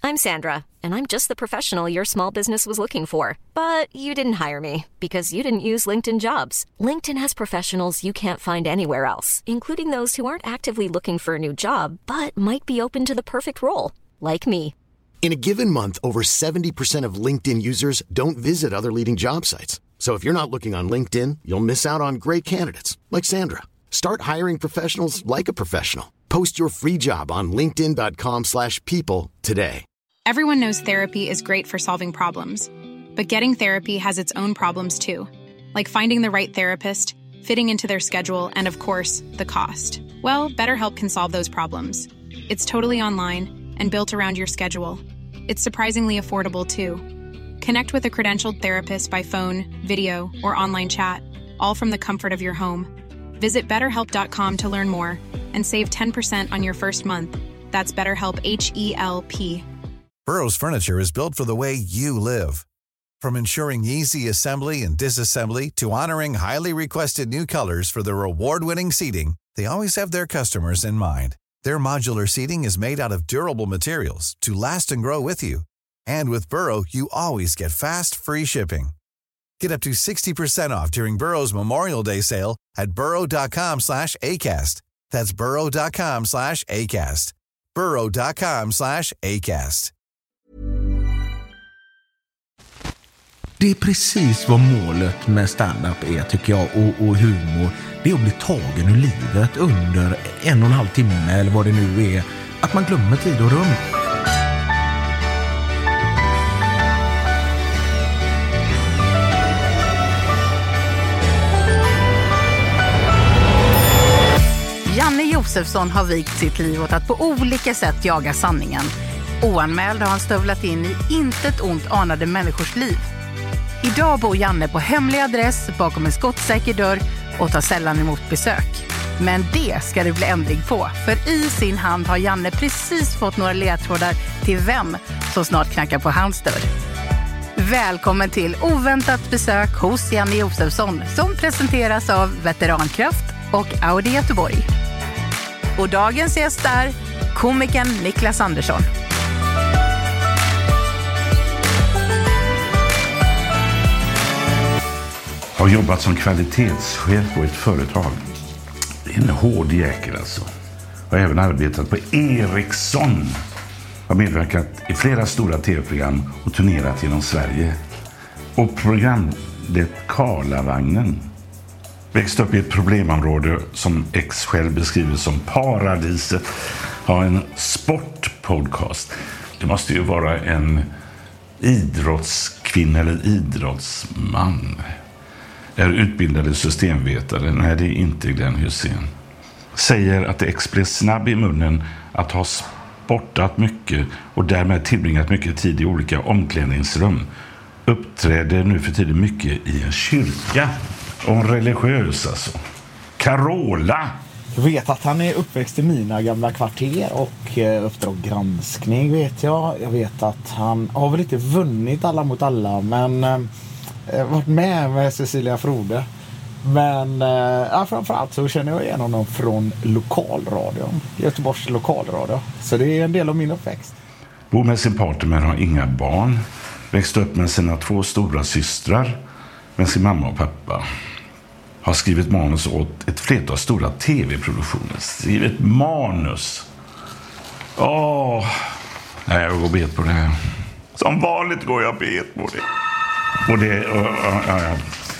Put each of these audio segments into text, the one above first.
I'm Sandra, and I'm just the professional your small business was looking for. But you didn't hire me because you didn't use LinkedIn Jobs. LinkedIn has professionals you can't find anywhere else, including those who aren't actively looking for a new job, but might be open to the perfect role, like me. In a given month, over 70% of LinkedIn users don't visit other leading job sites. So if you're not looking on LinkedIn, you'll miss out on great candidates like Sandra. Start hiring professionals like a professional. Post your free job on linkedin.com/people today. Everyone knows therapy is great for solving problems, but getting therapy has its own problems too, like finding the right therapist, fitting into their schedule, and of course, the cost. Well, BetterHelp can solve those problems. It's totally online and built around your schedule. It's surprisingly affordable too. Connect with a credentialed therapist by phone, video, or online chat, all from the comfort of your home. Visit BetterHelp.com to learn more and save 10% on your first month. That's BetterHelp, H-E-L-P. Burrow's furniture is built for the way you live. From ensuring easy assembly and disassembly to honoring highly requested new colors for their award-winning seating, they always have their customers in mind. Their modular seating is made out of durable materials to last and grow with you. And with Burrow, you always get fast, free shipping. Get up to 60% off during Burrow's Memorial Day sale at burrow.com/ACAST. That's burrow.com/ACAST. burrow.com/ACAST. Det är precis vad målet med stand-up är, tycker jag, och humor. Det är att bli tagen ur livet under 1,5 timme eller vad det nu är. Att man glömmer tid och rum. Janne Josefsson har vikt sitt liv åt att på olika sätt jaga sanningen. Oanmäld har han stövlat in i intet ont anade människors liv. Idag bor Janne på hemlig adress bakom en skottsäker dörr och tar sällan emot besök. Men det ska det bli ändring på, för i sin hand har Janne precis fått några ledtrådar till vem som snart knackar på hans dörr. Välkommen till oväntat besök hos Janne Josefsson, som presenteras av Veterankraft och Audi Göteborg. Och dagens gäst är komikern Niklas Andersson. Har jobbat som kvalitetschef på ett företag. Det är en hård jäkel alltså. Har även arbetat på Ericsson. Har medverkat i flera stora tv-program och turnerat genom Sverige. Och programmet Karlavagnen. Växte upp i ett problemområde som X själv beskriver som paradiset. Har en sportpodcast. Det måste ju vara en idrottskvinna eller idrottsman. Är utbildade systemvetare. Nej, det är inte Glenn Hussein. Säger att X blev snabb i munnen att ha sportat mycket och därmed tillbringat mycket tid i olika omklädningsrum. Uppträder nu för tiden mycket i en kyrka. Och religiös alltså. Carola! Jag vet att han är uppväxt i mina gamla kvarter och Uppdrag granskning vet jag. Jag vet att han har väl inte vunnit Alla mot alla, men varit med Cecilia Frode. Men framförallt så känner jag igen honom från lokalradion. Göteborgs lokalradio. Så det är en del av min uppväxt. Bor med sin partner men har inga barn. Växte upp med sina 2 stora systrar. Med sin mamma och pappa. Har skrivit manus åt ett flertal stora tv-produktioner. Skrivit manus. Nej, jag går bet på det här. Som vanligt går jag bet på det. Och det... ja.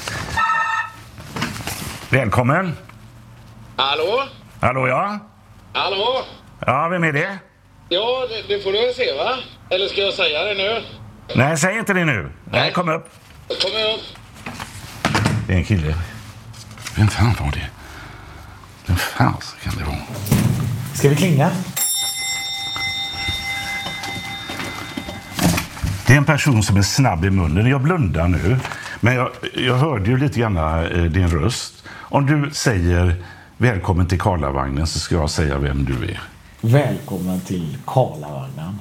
Välkommen. Hallå? Hallå, ja? Hallå? Ja, vem är det? Ja, det får du väl se, va? Eller ska jag säga det nu? Nej, säg inte det nu. Nej, kom upp. Kom upp. Det är en kille. Vem fan var det? Vem fan kan det vara? Ska vi klinga? Det är en person som är snabb i munnen. Jag blundar nu. Men jag hörde ju lite grann din röst. Om du säger välkommen till Karlavagnen så ska jag säga vem du är. Välkommen till Karlavagnen.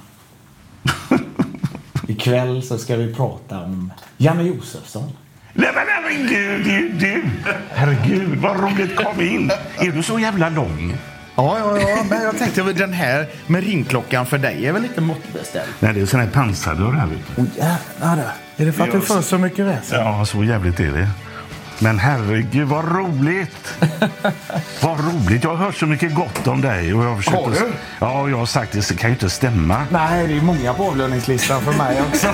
Ikväll så ska vi prata om Janne Josefsson. Nej men herregud, det är ju du. Herregud, vad roligt, kom in. Är du så jävla lång? Ja, men jag tänkte att den här med ringklockan för dig är väl lite måttbeställd? Nej, det är sån här pansardörr här, vet du. Jävlar. Är det för att du får så mycket väsen? Ja, så jävligt är det. Men herregud, vad roligt! Vad roligt, jag har hört så mycket gott om dig. Och jag har försökt har du? Ja, jag har sagt det kan ju inte stämma. Nej, det är många på avlöningslistan för mig också.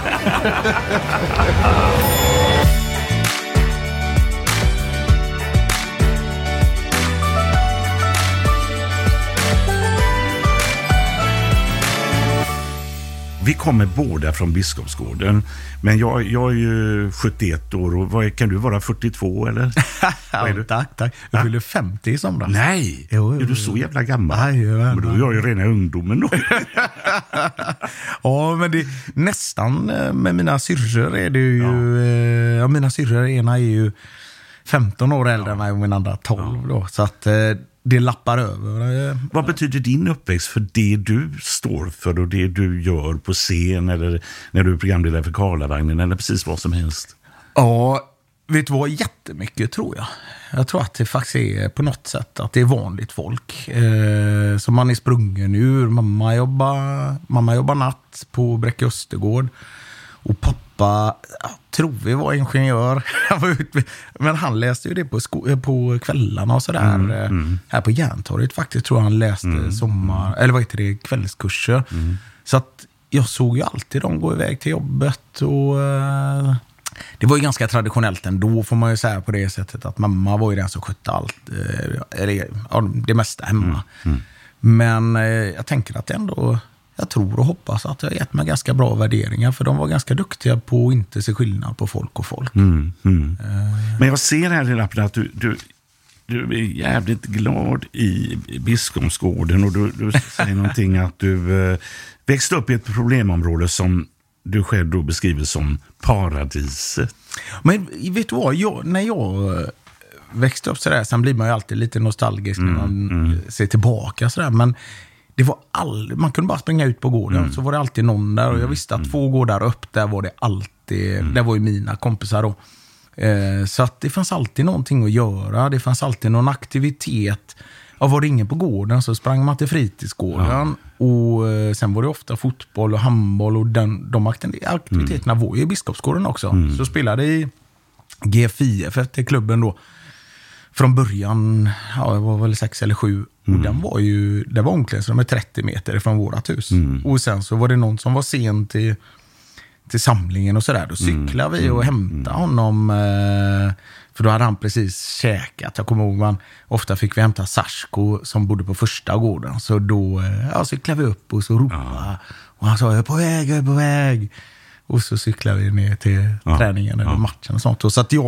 Vi kommer båda från Biskopsgården. Men jag är ju 71 år och kan du vara 42 eller? Tack. Jag fyller 50 i somras. Nej, Jo. Är du så jävla gammal? Nej, men då är jag ju rena ungdomen då. Ja, men det nästan med mina syrror är det ju... mina syrror ena är ju 15 år äldre än mig och min andra 12 då. Så att... det lappar över. Vad betyder din uppväxt för det du står för och det du gör på scen eller när du är programledare för Karlavagnen eller precis vad som helst? Ja, vet du vad? Jättemycket tror jag. Jag tror att det faktiskt är på något sätt att det är vanligt folk. Som man är sprungen ur. Mamma jobbar natt på Bräcke Östergård. Och pappa, tror vi var ingenjör. Men han läste ju det på kvällarna och sådär. Här på Järntorget faktiskt tror jag han läste kvällskurser. Så att jag såg ju alltid dem gå iväg till jobbet. Och det var ju ganska traditionellt ändå, får man ju säga på det sättet. Att mamma var ju den som skötte allt. Det mesta hemma. Men jag tänker att ändå... Jag tror och hoppas att jag har gett mig ganska bra värderingar. För de var ganska duktiga på att inte se skillnad på folk och folk. Men jag ser här i lappen att du är jävligt glad i Biskopsgården. Och du säger någonting att du växte upp i ett problemområde som du själv då beskriver som paradiset. Men vet du vad? När jag växte upp sådär, sen blir man ju alltid lite nostalgisk när man ser tillbaka sådär. Men... det var man kunde bara springa ut på gården så var det alltid någon där och jag visste att 2 gårdar upp där var det alltid, där var ju mina kompisar då. Så att det fanns alltid någonting att göra, det fanns alltid någon aktivitet. Var det ingen på gården så sprang man till fritidsgården och sen var det ofta fotboll och handboll och de aktiviteterna var ju i Biskopsgården också. Så spelade i GFIF efter klubben då. Från början, jag var väl 6 eller 7 och det var omklädningsrummet 30 meter från vårat hus. Och sen så var det någon som var sen till samlingen och sådär. Då cyklade vi och hämtade honom för då hade han precis käkat. Jag kommer ihåg ofta fick vi hämta Sarsko som bodde på första gården. Så då cyklade vi upp och så ropade och han sa jag är på väg. Och så cyklade vi ner till träningen eller matchen och sånt. Och så att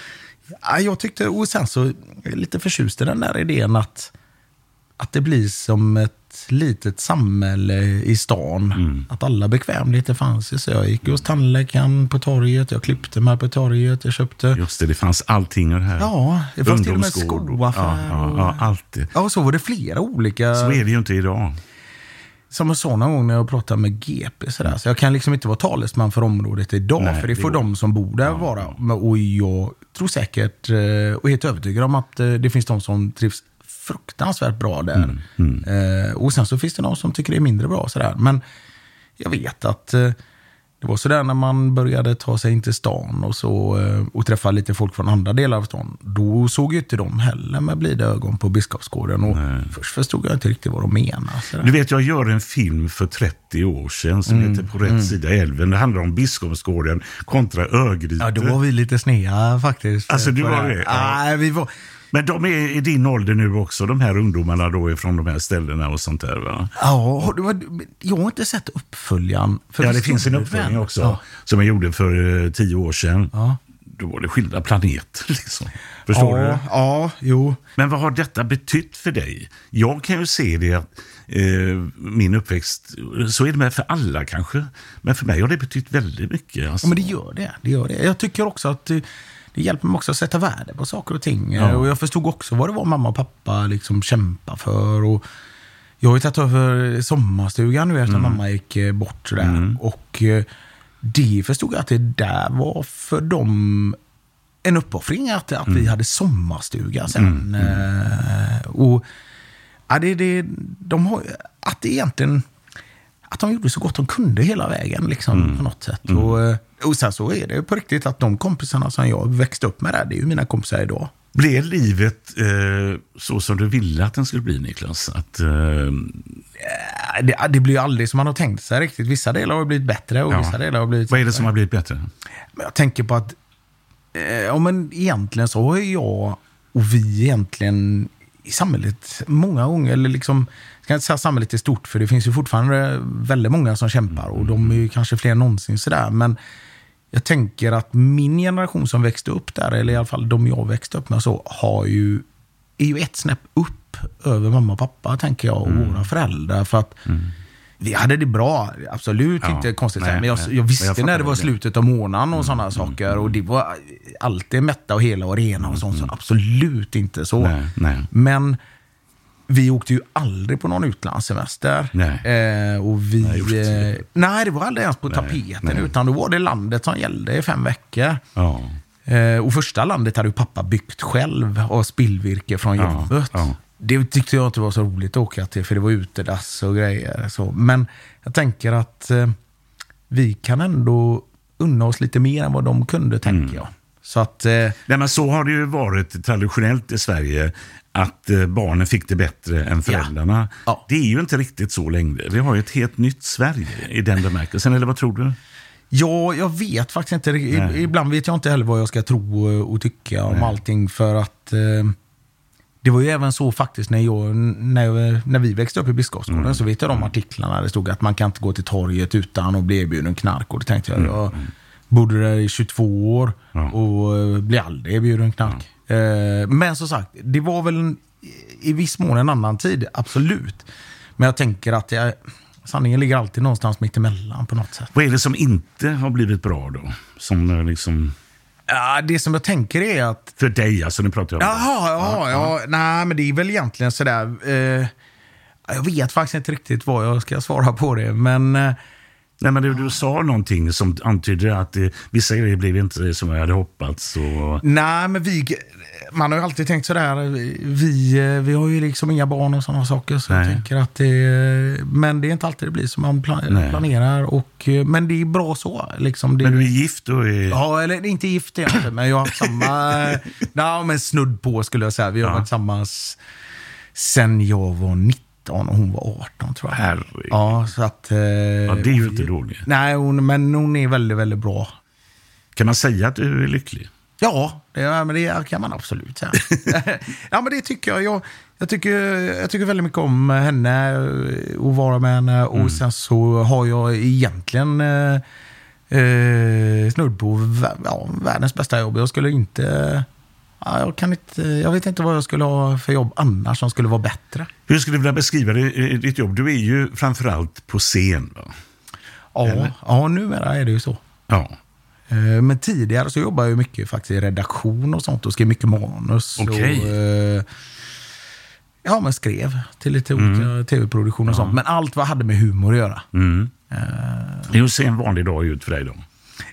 jag tyckte, och sen så lite förtjust i den där idén att det blir som ett litet samhälle i stan. Att alla bekvämligheter fanns. Så jag gick hos tandläkaren på torget, jag klippte mig på torget, jag köpte... Just det fanns allting här. Ja, det fanns till och med skoaffär. Ja, alltid. Ja, och så var det flera olika... Så är det ju inte idag. Som jag sa någon gång när jag pratade med GP sådär. Så jag kan liksom inte vara talesman för området idag. Nej, för det får de som bor där vara. Och jag tror säkert och är helt övertygad om att det finns de som trivs fruktansvärt bra där. Och sen så finns det någon som tycker det är mindre bra sådär. Men jag vet att det var sådär när man började ta sig in till stan och träffa lite folk från andra delar av stan. Då såg ju inte de heller med blida ögon på Biskopsgården. Och först förstod jag inte riktigt vad de menar. Sådär. Du vet, jag gör en film för 30 år sedan som heter På rätt sida älven. Det handlar om Biskopsgården kontra Örgryte. Ja, då var vi lite snea faktiskt. Alltså du var det? Nej, vi var... Men de är i din ålder nu också, de här ungdomarna då från de här ställena och sånt där, va? Ja, jag har inte sett uppföljaren. Ja, det finns en uppföljning också som jag gjorde för 10 år sedan. Ja. Då var det skilda planeter liksom. Förstår du? Ja, jo. Men vad har detta betytt för dig? Jag kan ju se det att min uppväxt, så är det med för alla kanske. Men för mig har det betytt väldigt mycket. Alltså. Ja, men det gör det. Jag tycker också att det hjälper mig också att sätta värde på saker och ting. Ja. Och jag förstod också vad det var mamma och pappa liksom kämpade för. Och jag har ju tagit över sommarstugan nu efter mamma gick bort. Sådär. Och det förstod jag att det där var för dem en uppoffring att vi hade sommarstuga sen. Och Ja, de har att det egentligen att de gjorde så gott de kunde hela vägen liksom, på något sätt. Och sen så är det på riktigt att de kompisarna som jag växte upp med där, det är ju mina kompisar idag. Blev livet så som du ville att den skulle bli, Niklas? Att, det blir ju aldrig som man har tänkt sig riktigt. Vissa delar har blivit bättre och vissa delar har blivit... Vad är det som har blivit bättre? Men jag tänker på att men egentligen så har jag och vi egentligen i samhället många gånger, eller liksom, jag ska inte säga samhället är stort, för det finns ju fortfarande väldigt många som kämpar och de är ju kanske fler än någonsin sådär, men jag tänker att min generation som växte upp där, eller i alla fall de jag växte upp med, så är ju ett snäpp upp över mamma och pappa, tänker jag, och våra föräldrar, för att vi hade det bra, absolut inte konstigt, men jag visste när det var slutet av månaden och sådana saker, och det var alltid mätta och hela och rena och sånt, så absolut inte så. Nej. Men vi åkte ju aldrig på någon utlandssemester. Och nej, det var aldrig ens på tapeten, utan då var det landet som gällde i 5 veckor. Och första landet hade ju pappa byggt själv av spillvirke från jobbet. Det tyckte jag inte var så roligt att åka till, för det var utedass och grejer. Så. Men jag tänker att vi kan ändå unna oss lite mer än vad de kunde, tänker jag. Så att, nej, men så har det ju varit traditionellt i Sverige, att barnen fick det bättre än föräldrarna. Ja. Det är ju inte riktigt så längre. Vi har ju ett helt nytt Sverige i den bemärkelsen, eller vad tror du? Ja, jag vet faktiskt inte. Ibland vet jag inte heller vad jag ska tro och tycka om allting, för att det var ju även så faktiskt när vi växte upp i Biskopsgården, så vet jag de artiklarna, det stod att man kan inte gå till torget utan att bli erbjuden knark, och det tänkte jag bodde där i 22 år och blev aldrig erbjuden knark. Men som sagt, det var väl i viss mån en annan tid, absolut. Men jag tänker att sanningen ligger alltid någonstans mitt emellan på något sätt. Vad är det som inte har blivit bra då? Som liksom... Ja, det som jag tänker är att... För dig, alltså, nu pratar jag om ja. Nej, men det är väl egentligen sådär... jag vet faktiskt inte riktigt vad jag ska svara på det, men... Nej, men du sa någonting som antyder att vissa grejer blev inte som jag hade hoppats. Och... Nej, men man har ju alltid tänkt sådär, vi har ju liksom inga barn och sådana saker, så jag tänker att men det är inte alltid det blir som man planerar, men det är bra så. Liksom, men du är gift och Ja, eller inte gift egentligen, men jag har samma, men snudd på skulle jag säga. Vi har varit tillsammans sen jag var 19 och hon var 18, tror jag. Herregud. Ja, så att... det är ju inte dåligt. Nej, men hon är väldigt, väldigt bra. Kan man säga att du är lycklig? Ja, men det kan man absolut säga. Ja, men det tycker jag. Jag tycker väldigt mycket om henne och vara med henne. Och sen så har jag egentligen snudd på världens bästa jobb. Jag skulle inte... Jag vet inte vad jag skulle ha för jobb annars som skulle vara bättre. Hur skulle du vilja beskriva ditt jobb? Du är ju framförallt på scen, va? Ja, numera är det ju så. Ja. Men tidigare så jobbade jag mycket faktiskt i redaktion och sånt och skrev mycket manus. Okej. Och men skrev till lite olika tv-produktioner och sånt. Men allt vad hade med humor att göra. Hur ser en vanlig dag ut för dig då?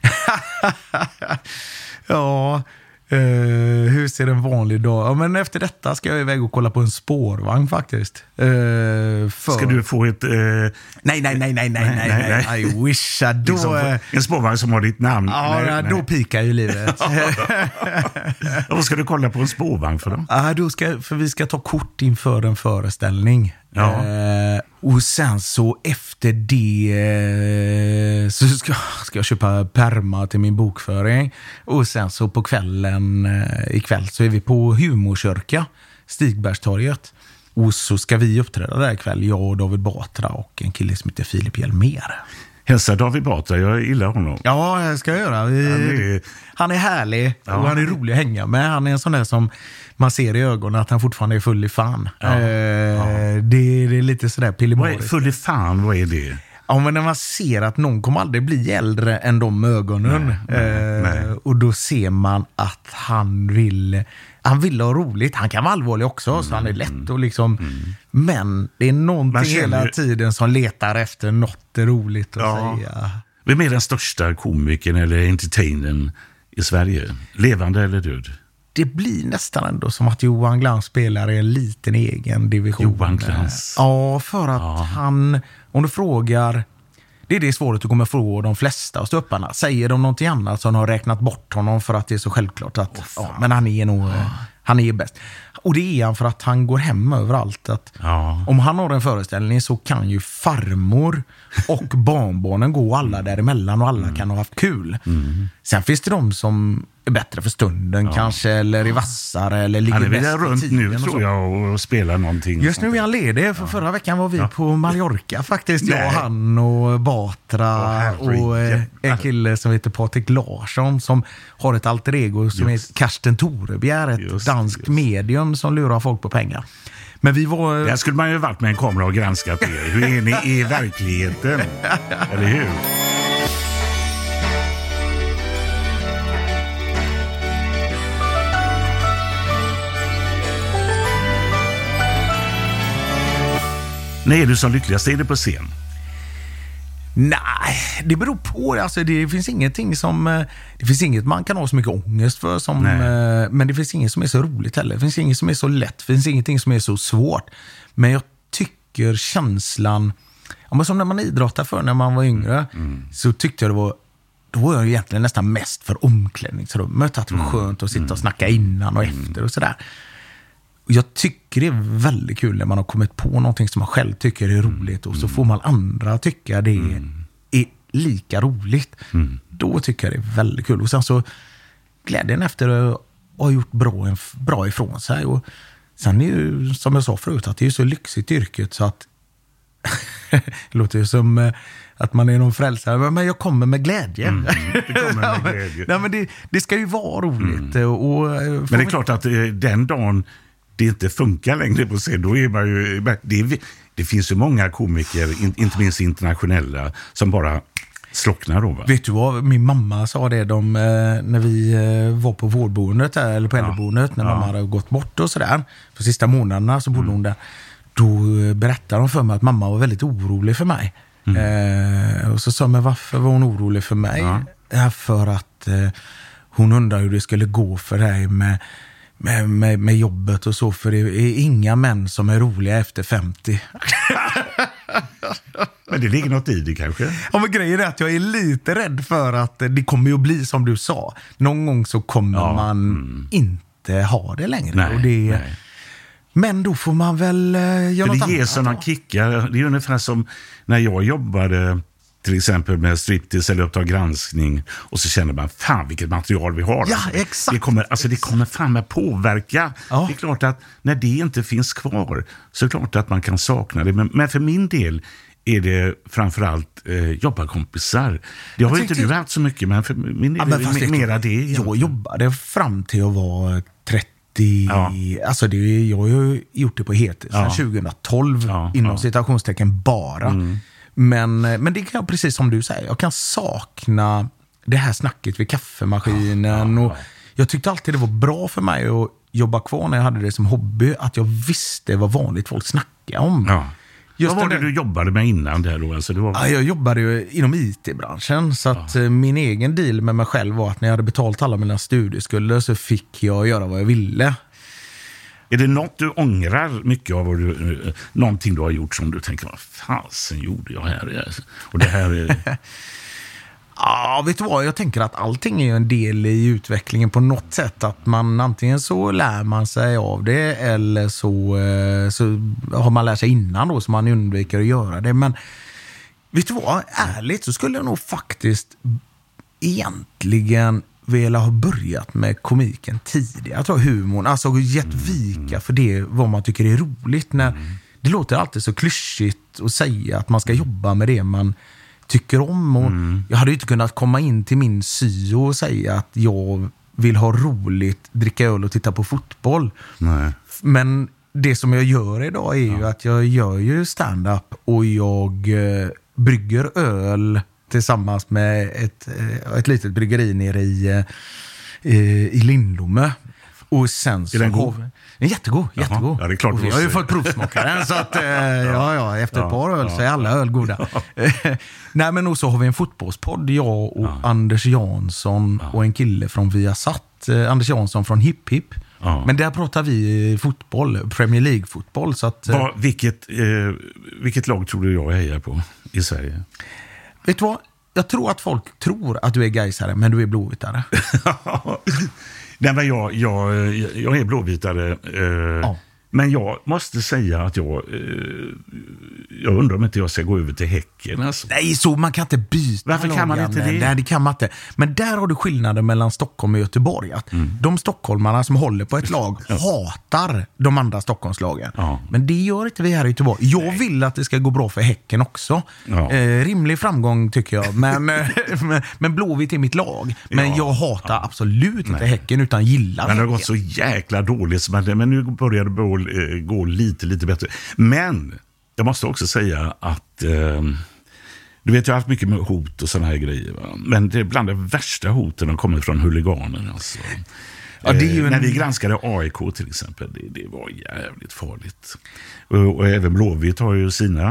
Ja... hur ser en vanlig dag? Ja, men efter detta ska jag iväg och kolla på en spårvagn faktiskt. Ska du få ett... Nej. I wish. En spårvagn som har ditt namn. Ja, då pikar ju livet. Vad ska du kolla på en spårvagn för då? För vi ska ta kort inför en föreställning. Ja. Och sen så efter det så ska jag köpa perma till min bokföring. Och sen så på ikväll så är vi på Humorkyrka, Stigbergstorget. Och så ska vi uppträda där ikväll, jag och David Batra och en kille som heter Filip Hjelmér. Hälsa David Batra, jag gillar honom. Ja, jag ska göra. Han är härlig och han är rolig att hänga med. Han är en sån där som man ser i ögonen att han fortfarande är full i fan. Det är lite sådär pillimoriskt. Full i fan, vad är det? Ja, men när man ser att någon kommer aldrig bli äldre än de ögonen. Nej. Och då ser man att han vill ha roligt. Han kan vara allvarlig också, så han är lätt och liksom... Men det är någonting hela tiden som letar efter något roligt att säga. Vem är den största komikern eller entertainern i Sverige? Levande eller död? det blir nästan ändå som att Johan Glans spelar i en liten egen division. Johan Glans. Ja, för att han, om du frågar, det är svårt att komma få de flesta av stupparna. Säger de någonting annat så har de räknat bort honom för att det är så självklart att men han är nog han är bäst. Och det är han för att han går hem överallt. Att om han har en föreställning så kan ju farmor och barnbarnen gå alla däremellan och alla kan ha haft kul. Sen finns det de som är bättre för stunden kanske, eller är vassare eller ligger bäst i runt nu tror jag och spelar någonting. Just nu är han ledig, för förra veckan var vi på Mallorca faktiskt. Jag, han och Batra och en kille som heter Patrik Larsson som har ett alter ego som är Karsten Torebjer, ett danskt medium som lurar folk på pengar. Men vi var... Där skulle man ju varit med en kamera och granskat er. Hur är ni i verkligheten? Eller hur? När är du som lyckligast? Är det på scen? Nej, det beror på. Alltså, det finns ingenting som... Det finns inget man kan ha så mycket ångest för som... Men det finns inget som är så roligt heller. Det finns inget som är så lätt. Det finns ingenting som är så svårt. Men jag tycker känslan... Ja, som när man idrottar för när man var yngre så tyckte jag det var... Då var jag egentligen nästan mest för omklädningsrummet. Att det var skönt att sitta och snacka innan och efter och sådär. Jag tycker det är väldigt kul när man har kommit på någonting som man själv tycker är roligt och så får man andra tycka det är lika roligt. Då tycker jag det är väldigt kul. Och sen så glädjen efter att ha gjort bra ifrån sig. Och sen är ju, som jag sa förut, att det är så lyxigt yrket så att det låter ju som att man är någon frälsare, men jag kommer med glädje. Det kommer med glädje. Nej, men det ska ju vara roligt. Men det är klart att den dagen det inte funkar längre på scen, då är man ju... Det finns ju många komiker, inte minst internationella, som bara slocknar då, va? Vet du vad, min mamma sa det när vi var på vårdboendet eller på äldreboendet, när mamma hade gått bort och sådär. För sista månaderna så bodde hon där. Då berättade hon för mig att mamma var väldigt orolig för mig. Och så sa jag, men varför var hon orolig för mig? För att hon undrar hur det skulle gå för dig med jobbet och så, för det är inga män som är roliga efter 50. Men det ligger något i det kanske? Ja, men grejen är att jag är lite rädd för att det kommer ju att bli som du sa. Någon gång så kommer man inte ha det längre. Nej, och nej. Men då får man väl göra något annat. Det ger sådana kickar. Det är ungefär som när jag jobbade till exempel med striptease eller Uppdrag granskning, och så känner man, fan vilket material vi har. Ja, exakt. Det kommer fram att påverka. Ja. Det är klart att när det inte finns kvar så är det klart att man kan sakna det. Men för min del är det framförallt jobbarkompisar. Det har inte du haft så mycket, men för min del är det mera det. Jag jobbade fram till att vara 30. Alltså jag har ju gjort det på heltid sedan 2012 inom citationstecken bara. Men det kan jag, precis som du säger, jag kan sakna det här snacket vid kaffemaskinen. Och jag tyckte alltid det var bra för mig att jobba kvar när jag hade det som hobby, att jag visste vad vanligt folk snackade om. Vad var det du jobbade med innan det då? Alltså, jag jobbade ju inom IT-branschen, så att min egen deal med mig själv var att när jag hade betalt alla mina studieskulder så fick jag göra vad jag ville. Är det något du ångrar mycket av, någonting du har gjort som du tänker, vad fasen gjorde jag här? Och det här är... Ja, vet du vad? Jag tänker att allting är en del i utvecklingen på något sätt. Att man antingen så lär man sig av det, eller så har man lärt sig innan då, så man undviker att göra det. Men vet du vad? Ärligt så skulle jag nog faktiskt egentligen vilja ha börjat med komiken tidigare. Jag tror humorn, alltså gett vika för det vad man tycker är roligt. Det låter alltid så klyschigt att säga att man ska jobba med det man tycker om. Och jag hade ju inte kunnat komma in till min syo och säga att jag vill ha roligt, dricka öl och titta på fotboll. Nej. Men det som jag gör idag är ju att jag gör ju stand-up och jag brygger öl tillsammans med ett litet bryggeri nere i Lindome. Och sen så är den god? Jättegod. Ja, det är klart. Och vi har ju fått provsmakaren så att efter ett par öl så är alla öl goda. Nej, men också har vi en fotbollspodd, jag och Anders Jansson och en kille från Viasat träffat Anders Jansson från Hipp Hipp. Ja. Men där pratar vi fotboll, Premier League-fotboll. Så att, vilket lag tror du jag hejar på i Sverige? Vet du vad? Jag tror att folk tror att du är gaisare, men du är blåvitare. Nej, men jag är blåvitare. Men jag måste säga att jag undrar om inte jag ska gå över till Häcken. Alltså. Nej, så man kan inte byta. Varför kan man inte det? Nej, det kan man inte. Men där har du skillnaden mellan Stockholm och Göteborg. Att de stockholmarna som håller på ett lag hatar de andra Stockholmslagen. Ja. Men det gör inte vi här i Göteborg. Jag vill att det ska gå bra för Häcken också. Ja. Rimlig framgång tycker jag. Men Blåvitt är mitt lag. Men jag hatar absolut inte Häcken utan gillar Häcken. Men det har gått så jäkla dåligt. Men nu börjar det gå lite bättre. Men jag måste också säga att du vet, jag har haft mycket med hot och såna här grejer. Va? Men det är bland de värsta hoten som kommer från huliganer. Alltså. Ja, det är ju när vi granskade AIK till exempel, det var jävligt farligt. Och även Blåvitt har ju sina.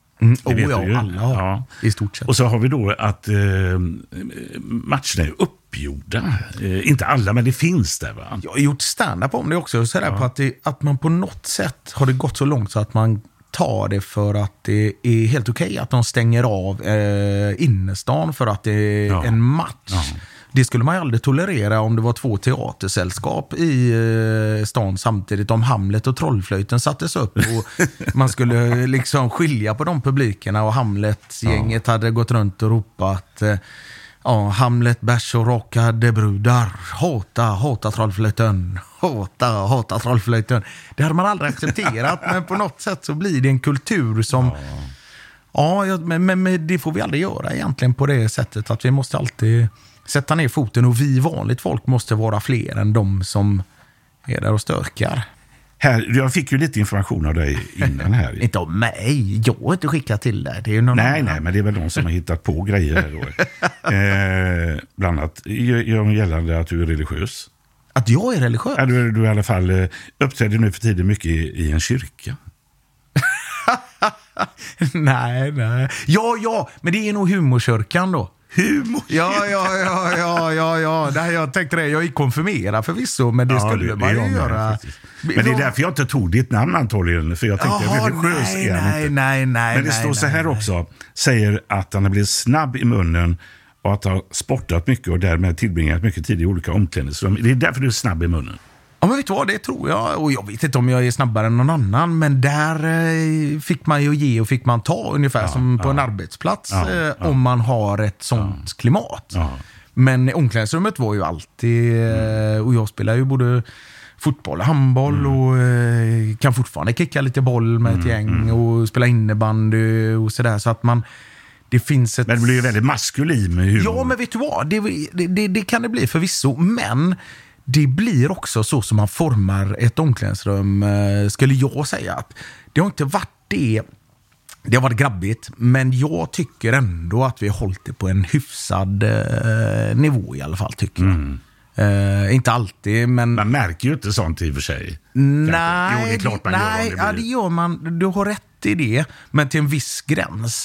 Alla i stort sett. Och så har vi då att matcherna är uppgjorda. Inte alla, men det finns där, va? Jag har gjort stand-up om det också. Så där på att man på något sätt har det gått så långt så att man tar det för att det är helt okej att de stänger av innerstan för att det är en match. Ja. Det skulle man ju aldrig tolerera om det var 2 teatersällskap i stan samtidigt, om Hamlet och Trollflöjten sattes upp och man skulle liksom skilja på de publikerna och Hamlet-gänget hade gått runt och ropat Hamlet, bärs och rockade brudar, hata Trollflöjten, hata Trollflöjten. Det hade man aldrig accepterat, men på något sätt så blir det en kultur som men det får vi aldrig göra egentligen på det sättet att vi måste alltid sätta ner foten och vi vanligt folk måste vara fler än de som är där och störkar. Här, jag fick ju lite information av dig innan här. Inte av mig, jag har inte skickat till dig. Det är ju någon nej, men det är väl de som har hittat på grejer här då. Bland annat gör gällande att du är religiös. Att jag är religiös? Ja, du i alla fall uppträder nu för tiden mycket i en kyrka. nej. Ja, men det är nog humorkyrkan då. Humor. Ja. Jag tänkte det, jag är konfirmerad förvisso, men det skulle man ju göra. Men det är därför jag inte tog ditt namn antagligen, för jag tänkte religiös nej. Men det står så här också, säger att han har blivit snabb i munnen och att han har sportat mycket och därmed tillbringat mycket tid i olika omklädningsrum. Det är därför du är snabb i munnen. Ja, men vet du vad, det tror jag. Och jag vet inte om jag är snabbare än någon annan, men där fick man ju ge och fick man ta ungefär som på en arbetsplats om man har ett sånt klimat. Ja. Men omklädningsrummet var ju alltid, och jag spelar ju både fotboll och handboll och kan fortfarande kicka lite boll med ett gäng och spela innebandy och sådär, så att man... Det finns ett... Men det blir ju väldigt maskulin med humor. Ja, men vet du vad? Det kan det bli förvisso, men... Det blir också så som man formar ett omklädningsrum, skulle jag säga. Att det har inte varit det. Det har varit grabbigt, men jag tycker ändå att vi har hållit det på en hyfsad nivå i alla fall, tycker jag. Inte alltid, men... Man märker ju inte sånt i och för sig. Nej, jo, det är klart man gör det gör man. Du har rätt i det, men till en viss gräns.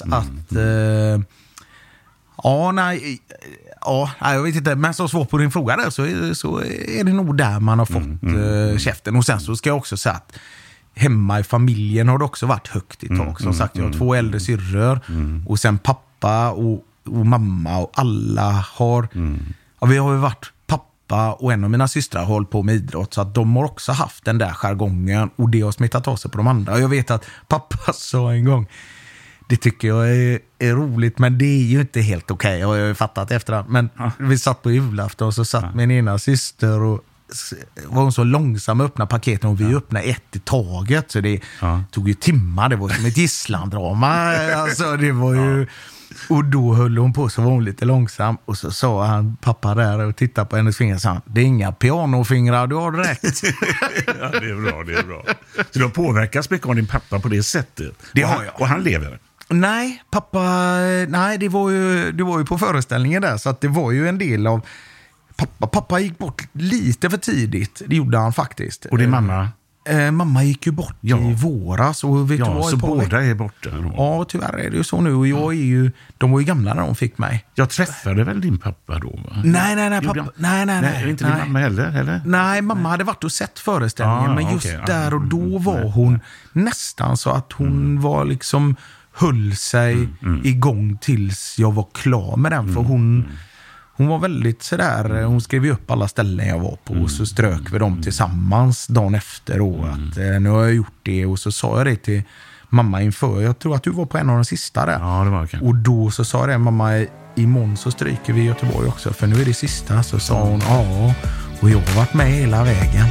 Jag vet inte, men så svår på din fråga där så är det nog där man har fått käften. Och sen så ska jag också säga att hemma i familjen har det också varit högt i tag. Som sagt, jag har 2 äldre syrror och sen pappa och mamma och alla har... vi har ju varit pappa och en av mina systrar har hållit på med idrott, så att de har också haft den där jargongen och det har smittat av sig på de andra. Jag vet att pappa sa en gång, det tycker jag är roligt, men det är ju inte helt okej. Och jag har ju fattat efterhand. Men vi satt på julafton och så satt min ena syster och var hon så långsam att öppna paketen och vi öppnade ett i taget. Så det tog ju timmar. Det var som ett gisslandrama. Alltså det var ju... Och då höll hon på, så var hon lite långsam. Och så sa han, pappa där och tittade på hennes fingrar och sa, det är inga pianofingrar, du har rätt. Ja, det är bra. Så då påverkas mycket av din pappa på det sättet. Det har jag. Och han lever? Nej, det var ju på föreställningen där, så att det var ju en del av... Pappa gick bort lite för tidigt, det gjorde han faktiskt. Och din mamma? Mamma gick ju bort i våras. Och vet du vad, så båda är borta då. Ja, tyvärr är det ju så nu. Och jag är ju, de var ju gamla när de fick mig. Jag träffade väl din pappa då, va? Nej, pappa. Nej. Inte din mamma heller, eller? Nej, mamma hade varit och sett föreställningen. Men just där och då var hon nästan så att hon var liksom höll sig igång tills jag var klar med den. För hon var väldigt sådär, hon skrev ju upp alla ställen jag var på och så strök vi dem tillsammans dagen efter då, att nu har jag gjort det, och så sa jag det till mamma inför, jag tror att du var på en av de sista där. Ja, det var det. Och då så sa jag det, mamma, imorgon så stryker vi i Göteborg också, för nu är det sista. Så sa hon, ja, och jag har varit med hela vägen.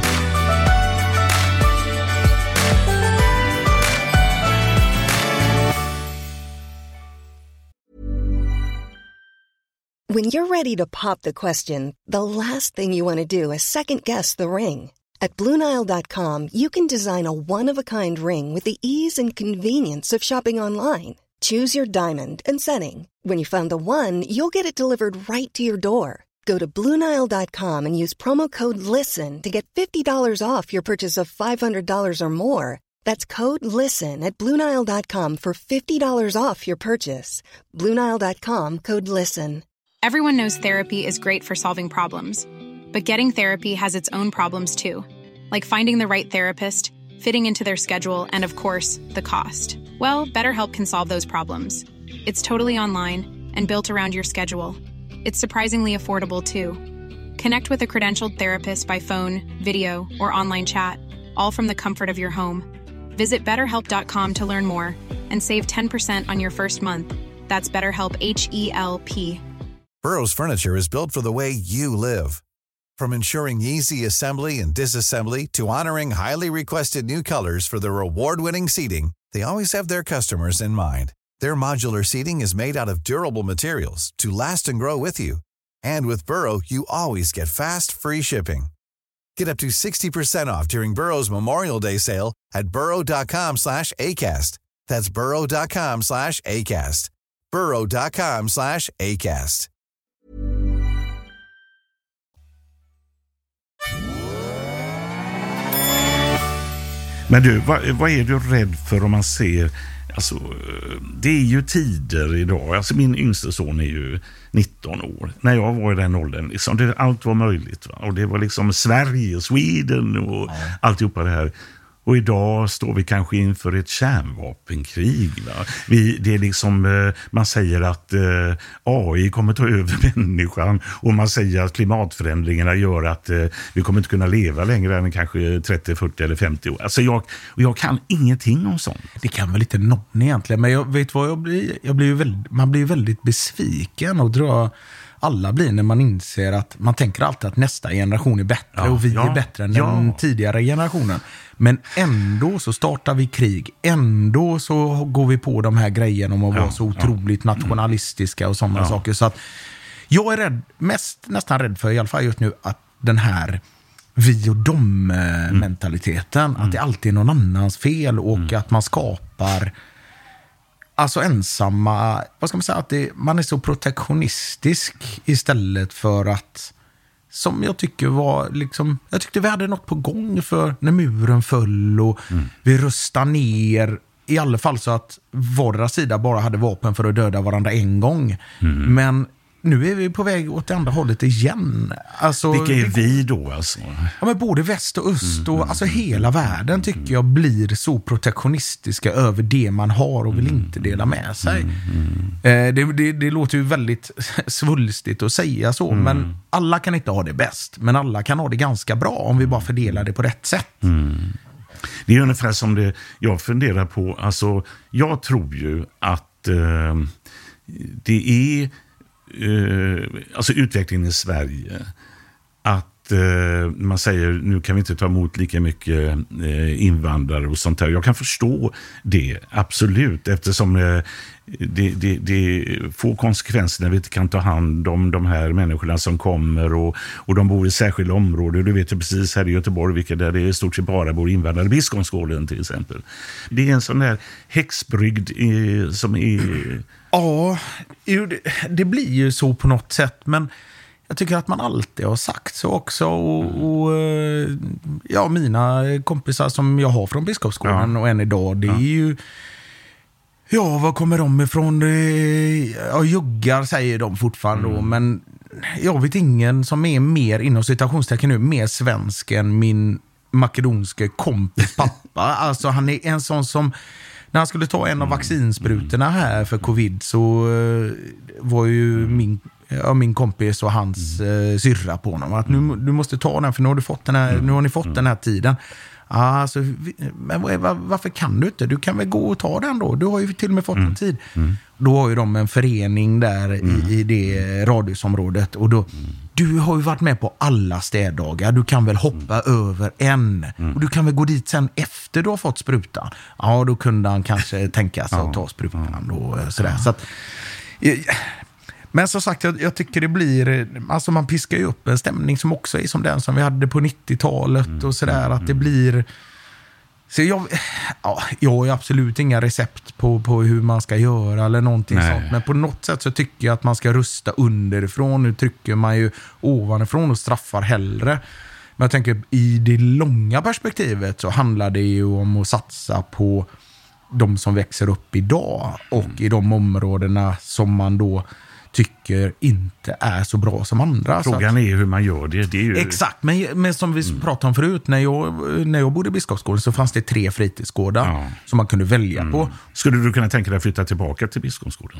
When you're ready to pop the question, the last thing you want to do is second-guess the ring. At BlueNile.com, you can design a one-of-a-kind ring with the ease and convenience of shopping online. Choose your diamond and setting. When you find the one, you'll get it delivered right to your door. Go to BlueNile.com and use promo code LISTEN to get $50 off your purchase of $500 or more. That's code LISTEN at BlueNile.com for $50 off your purchase. BlueNile.com, code LISTEN. Everyone knows therapy is great for solving problems, but getting therapy has its own problems too, like finding the right therapist, fitting into their schedule, and of course, the cost. Well, BetterHelp can solve those problems. It's totally online and built around your schedule. It's surprisingly affordable too. Connect with a credentialed therapist by phone, video, or online chat, all from the comfort of your home. Visit BetterHelp.com to learn more and save 10% on your first month. That's BetterHelp, H-E-L-P. Burrow's furniture is built for the way you live. From ensuring easy assembly and disassembly to honoring highly requested new colors for their award-winning seating, they always have their customers in mind. Their modular seating is made out of durable materials to last and grow with you. And with Burrow, you always get fast, free shipping. Get up to 60% off during Burrow's Memorial Day sale at burrow.com/ACAST. That's burrow.com/ACAST. burrow.com/ACAST. Men du, vad är du rädd för om man ser, alltså det är ju tider idag, alltså min yngste son är ju 19 år, när jag var i den åldern liksom, allt var möjligt, va? Och det var liksom Sverige, Sweden och alltihopa det här. Och idag står vi kanske inför ett kärnvapenkrig. Va? Det är liksom, man säger att AI kommer ta över människan. Och man säger att klimatförändringarna gör att vi kommer inte kunna leva längre än kanske 30, 40 eller 50 år. Alltså jag kan ingenting om sånt. Det kan väl inte någon egentligen. Men jag vet vad man blir väldigt besviken och drar... Alla blir när man inser att man tänker alltid att nästa generation är bättre och vi är bättre än den tidigare generationen. Men ändå så startar vi krig. Ändå så går vi på de här grejerna om att vara så otroligt nationalistiska och sådana saker. Så att jag är nästan rädd för, i alla fall just nu, att den här vi och dom mentaliteten, att det alltid är någon annans fel och att man skapar... Alltså ensamma, vad ska man säga, att man är så protektionistisk istället för att, som jag tycker var liksom, jag tyckte vi hade något på gång för när muren föll och vi röstade ner, i alla fall så att vardera sida bara hade vapen för att döda varandra en gång. Men nu är vi på väg åt det andra hållet igen. Alltså, vilka är vi då alltså? Ja, men både väst och öst och alltså hela världen tycker jag blir så protektionistiska över det man har och vill inte dela med sig. Det låter ju väldigt svulstigt att säga så, men alla kan inte ha det bäst. Men alla kan ha det ganska bra om vi bara fördelar det på rätt sätt. Det är ungefär som det jag funderar på. Alltså, jag tror ju att det är alltså utvecklingen i Sverige, att man säger nu kan vi inte ta emot lika mycket invandrare och sånt här. Jag kan förstå det, absolut, eftersom det får konsekvenser när vi inte kan ta hand om de här människorna som kommer och de bor i särskilda områden. Du vet ju precis här i Göteborg vilka där det är stort sett bara bor invandrare, Biskopsgården till exempel. Det är en sån där häxbrygd som är... Ja, det blir ju så på något sätt, men jag tycker att man alltid har sagt så också. Och ja, mina kompisar som jag har från Biskopsgården och än idag, det är ju... Ja, var kommer de ifrån? Ja, juggar säger de fortfarande då, men jag vet ingen som är mer, inom citationstecken nu, mer svensk än min makedonske kompis pappa. Alltså han är en sån som, när han skulle ta en av vaccinsprutorna här för covid, så var ju min kompis och hans syrra på honom att nu måste ta den, för nu har du fått den här, nu har ni fått den här tiden. Alltså, men varför kan du inte? Du kan väl gå och ta den då. Du har ju till och med fått en tid. Då har ju de en förening där i det radiusområdet. Och då, du har ju varit med på alla städdagar. Du kan väl hoppa över en. Och du kan väl gå dit sen efter du har fått sprutan. Ja, då kunde han kanske tänka sig att ta sprutan då, sådär. Så att... Men som sagt, jag tycker det blir, alltså man piskar ju upp en stämning som också är som den som vi hade på 90-talet och sådär, att det blir, så jag har ju absolut inga recept på hur man ska göra eller någonting sånt, men på något sätt så tycker jag att man ska rusta underifrån. Nu trycker man ju ovanifrån och straffar hellre. Men jag tänker i det långa perspektivet så handlar det ju om att satsa på de som växer upp idag och i de områdena som man då tycker inte är så bra som andra. Frågan är hur man gör det. Det är ju... Exakt, men som vi pratade om förut, när jag bodde i Biskopsgården så fanns det 3 fritidsgårdar som man kunde välja på. Skulle du kunna tänka dig att flytta tillbaka till Biskopsgården?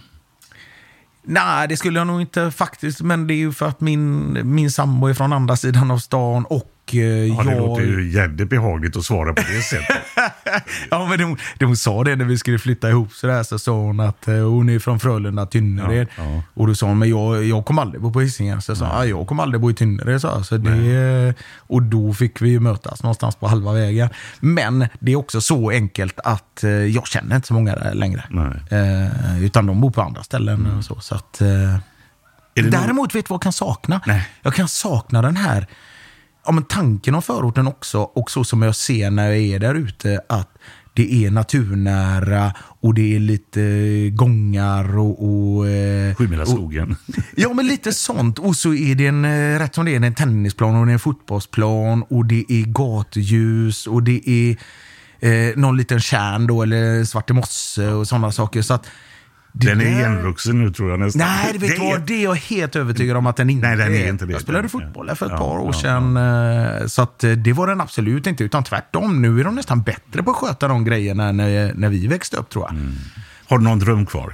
Nej, det skulle jag nog inte faktiskt, men det är ju för att min sambo är från andra sidan av stan och det låter ju jävligt behagligt att svara på det sättet. Ja, men de sa det när vi skulle flytta ihop så sa hon att hon är från Frölunda, Tynnered. Ja. Och då sa hon, men jag kom aldrig bo på Hisingen. Så jag sa, jag kom aldrig bo i Tynnered. Så det, och då fick vi mötas någonstans på halva vägen. Men det är också så enkelt att jag känner inte så många där längre. Utan de bor på andra ställen och så. Så att, däremot vet du vad jag kan sakna? Nej. Jag kan sakna den här men tanken om förorten också, och så som jag ser när jag är där ute, att det är naturnära och det är lite gångar och Sjumilaskogen. Ja, men lite sånt. Och så är det rätt som det är en tennisplan och det är en fotbollsplan och det är gatljus och det är någon liten kärn då, eller svartemosse och sådana saker. Så att den är igenvuxen nu, tror jag nästan. Nej, det är jag helt övertygad om att den inte är. Nej, den är inte det. Jag spelade fotboll för ett par år sedan. Så att det var den absolut inte, utan tvärtom. Nu är de nästan bättre på att sköta de grejerna när vi växte upp, tror jag. Har du någon dröm kvar?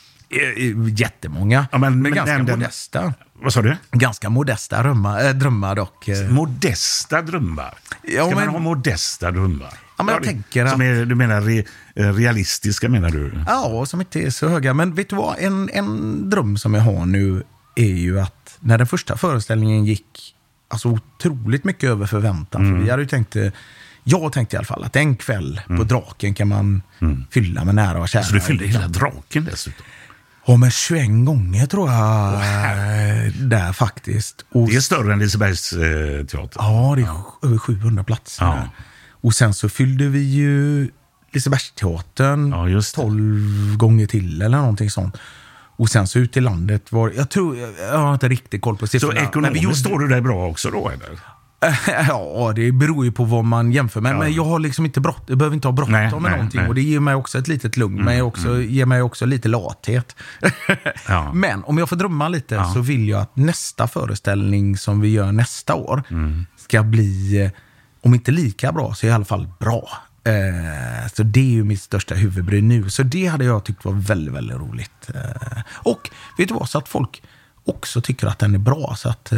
Jättemånga, men ganska modesta. Vad sa du? Ganska modesta drömmar dock. Modesta drömmar? Ska man ha modesta drömmar? Ja, men jag tänker att... Du menar realistiska, menar du? Ja, som inte är så höga. Men vet du vad? En dröm som jag har nu är ju att när den första föreställningen gick alltså otroligt mycket över förväntan. För vi hade ju jag tänkte i alla fall att en kväll på Draken kan man fylla med nära och kära. Så du fyllde hela Draken dessutom? Ja, men 21 gånger tror jag där faktiskt. Och det är större än Lisebergs teater. Ja, det är över 700 platser. Ja. Och sen så fyllde vi ju Lisebergsteatern 12 gånger till eller någonting sånt. Och sen så ut i landet var, jag har inte riktigt koll på siffrorna. Så ekonomiskt står du där bra också då, eller? Ja, det beror ju på vad man jämför med. Men jag har liksom inte jag behöver inte ha bråttom med någonting. Och det ger mig också ett litet lugn. Men ger mig också lite lathet. Men om jag får drömma lite så vill jag att nästa föreställning som vi gör nästa år ska bli, om inte lika bra, så i alla fall bra. Så det är ju mitt största huvudbry nu. Så det hade jag tyckt var väldigt, väldigt roligt. Och vet du vad, så att folk också tycker att den är bra. Så att,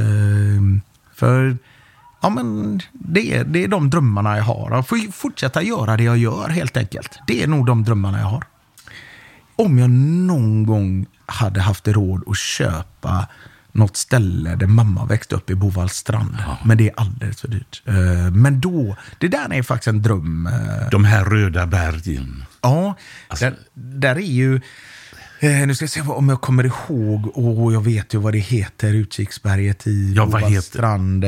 för ja, men det är de drömmarna jag har. Jag får fortsätta göra det jag gör helt enkelt. Det är nog de drömmarna jag har. Om jag någon gång hade haft råd att köpa något ställe där mamma växte upp i Bovallstrand. Men det är alldeles för dyrt. Men då, det där är faktiskt en dröm. De här röda bergen. Ja, alltså. Där är ju... Nu ska jag se om jag kommer ihåg. Jag vet ju vad det heter. Utkiksberget i Bovallstrand.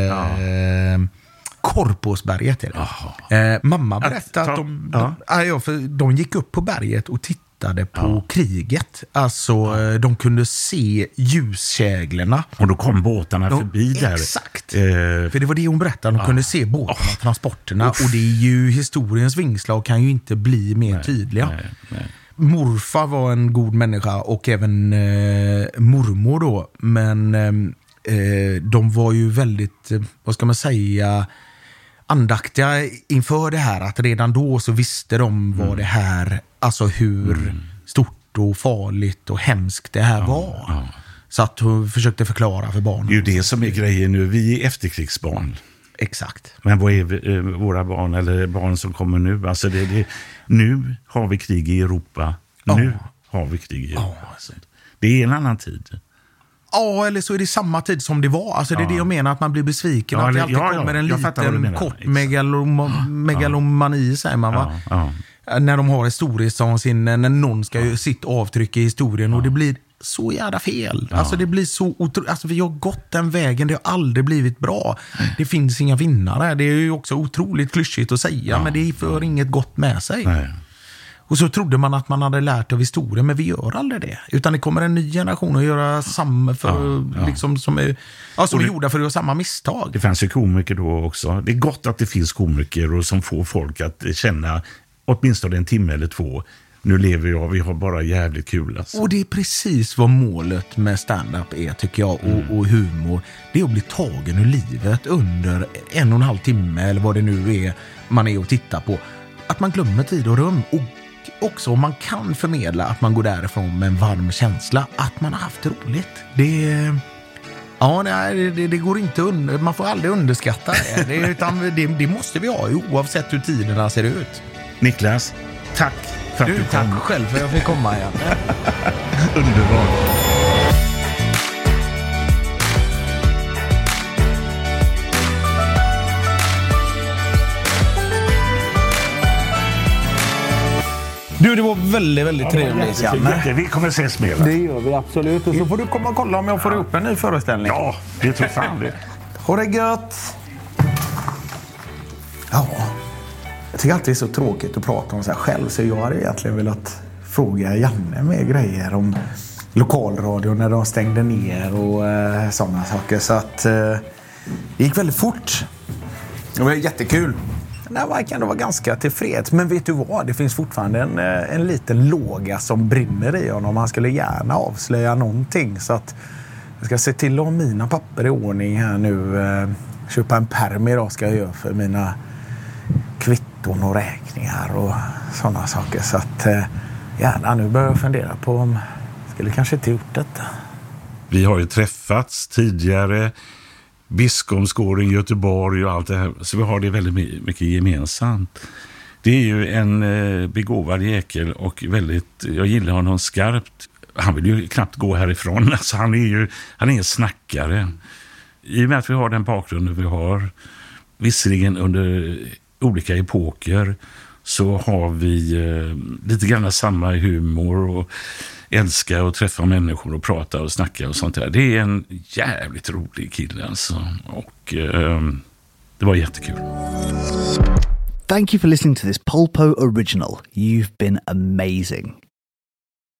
Korpåsberget är det. Mamma berättade att de gick upp på berget och tittade tittade på kriget. Alltså de kunde se ljuskäglorna. Och då kom båtarna förbi där. Exakt. För det var det hon berättade. De kunde se båtarna, transporterna. Och det är ju historiens vingslag kan ju inte bli mer tydliga. Nej. Morfar var en god människa och även mormor då. Men de var ju väldigt, vad ska man säga, andaktiga inför det här. Att redan då så visste de vad det här, alltså hur stort och farligt och hemskt det här var. Ja. Så att hon försökte förklara för barnen. Det är ju det som är grejen nu. Vi är efterkrigsbarn. Exakt. Men vad är våra barn eller barn som kommer nu? Alltså nu har vi krig i Europa. Nu har vi krig i Europa. Alltså. Det är en annan tid. Ja, eller så är det samma tid som det var. Alltså det är det jag menar, att man blir besviken. Att det alltid kommer en liten kort megalomani, säger man va? När de har historiskt som sin, när någon ska ju sitt avtryck i historien och det blir så jävla fel. Alltså det blir så alltså vi har gått den vägen, det har aldrig blivit bra. Det finns inga vinnare. Det är ju också otroligt klyschigt att säga, men det för inget gott med sig. Nej. Och så trodde man att man hade lärt av historien, men vi gör aldrig det. Utan det kommer en ny generation att göra samma för, liksom, som är gjorda för att göra samma misstag. Det fanns ju komiker då också. Det är gott att det finns komiker och som får folk att känna åtminstone en timme eller 2. Nu lever jag, vi har bara jävligt kul. Alltså. Och det är precis vad målet med stand-up är, tycker jag, och humor. Det är att bli tagen ur livet under 1,5 timme eller vad det nu är man är och tittar på. Att man glömmer tid och rum, och också om man kan förmedla att man går därifrån med en varm känsla, att man har haft roligt. Det går inte man får aldrig underskatta det. Utan det måste vi ha, oavsett hur tiderna ser ut. Niklas, tack för att du kom. Tack själv för att jag fick komma igen. Underbart. Du, det var väldigt, väldigt trevligt, Janne. Vi kommer ses mer. Det gör vi absolut. Och så får du komma och kolla om jag får upp en ny föreställning. Ja, det tror fan det. Ha det gött! Ja, jag tycker alltid det är så tråkigt att prata om sig själv. Så jag hade egentligen velat fråga Janne med grejer om lokalradio när de stängde ner och sådana saker. Så att det gick väldigt fort. Det var jättekul. Nej, man kan då vara ganska tillfreds. Men vet du vad? Det finns fortfarande en liten låga som brinner i honom. Han skulle gärna avslöja någonting. Så att jag ska se till att ha mina papper i ordning här nu. Köpa en pärm idag ska jag göra för mina kvitton och räkningar och sådana saker. Så att gärna, nu börjar jag fundera på om jag skulle kanske inte gjort detta. Vi har ju träffats tidigare. Biskopsgården, Göteborg och allt det här. Så vi har det väldigt mycket gemensamt. Det är ju en begåvad jäkel och jag gillar honom skarpt. Han vill ju knappt gå härifrån. Alltså han är en snackare. I och med att vi har den bakgrunden vi har, visserligen under olika epoker, så har vi lite grann samma humor och älskar att träffa människor och prata och snacka och sånt där. Det är en jävligt rolig kille alltså. Och det var jättekul. Thank you for listening to this Polpo original. You've been amazing.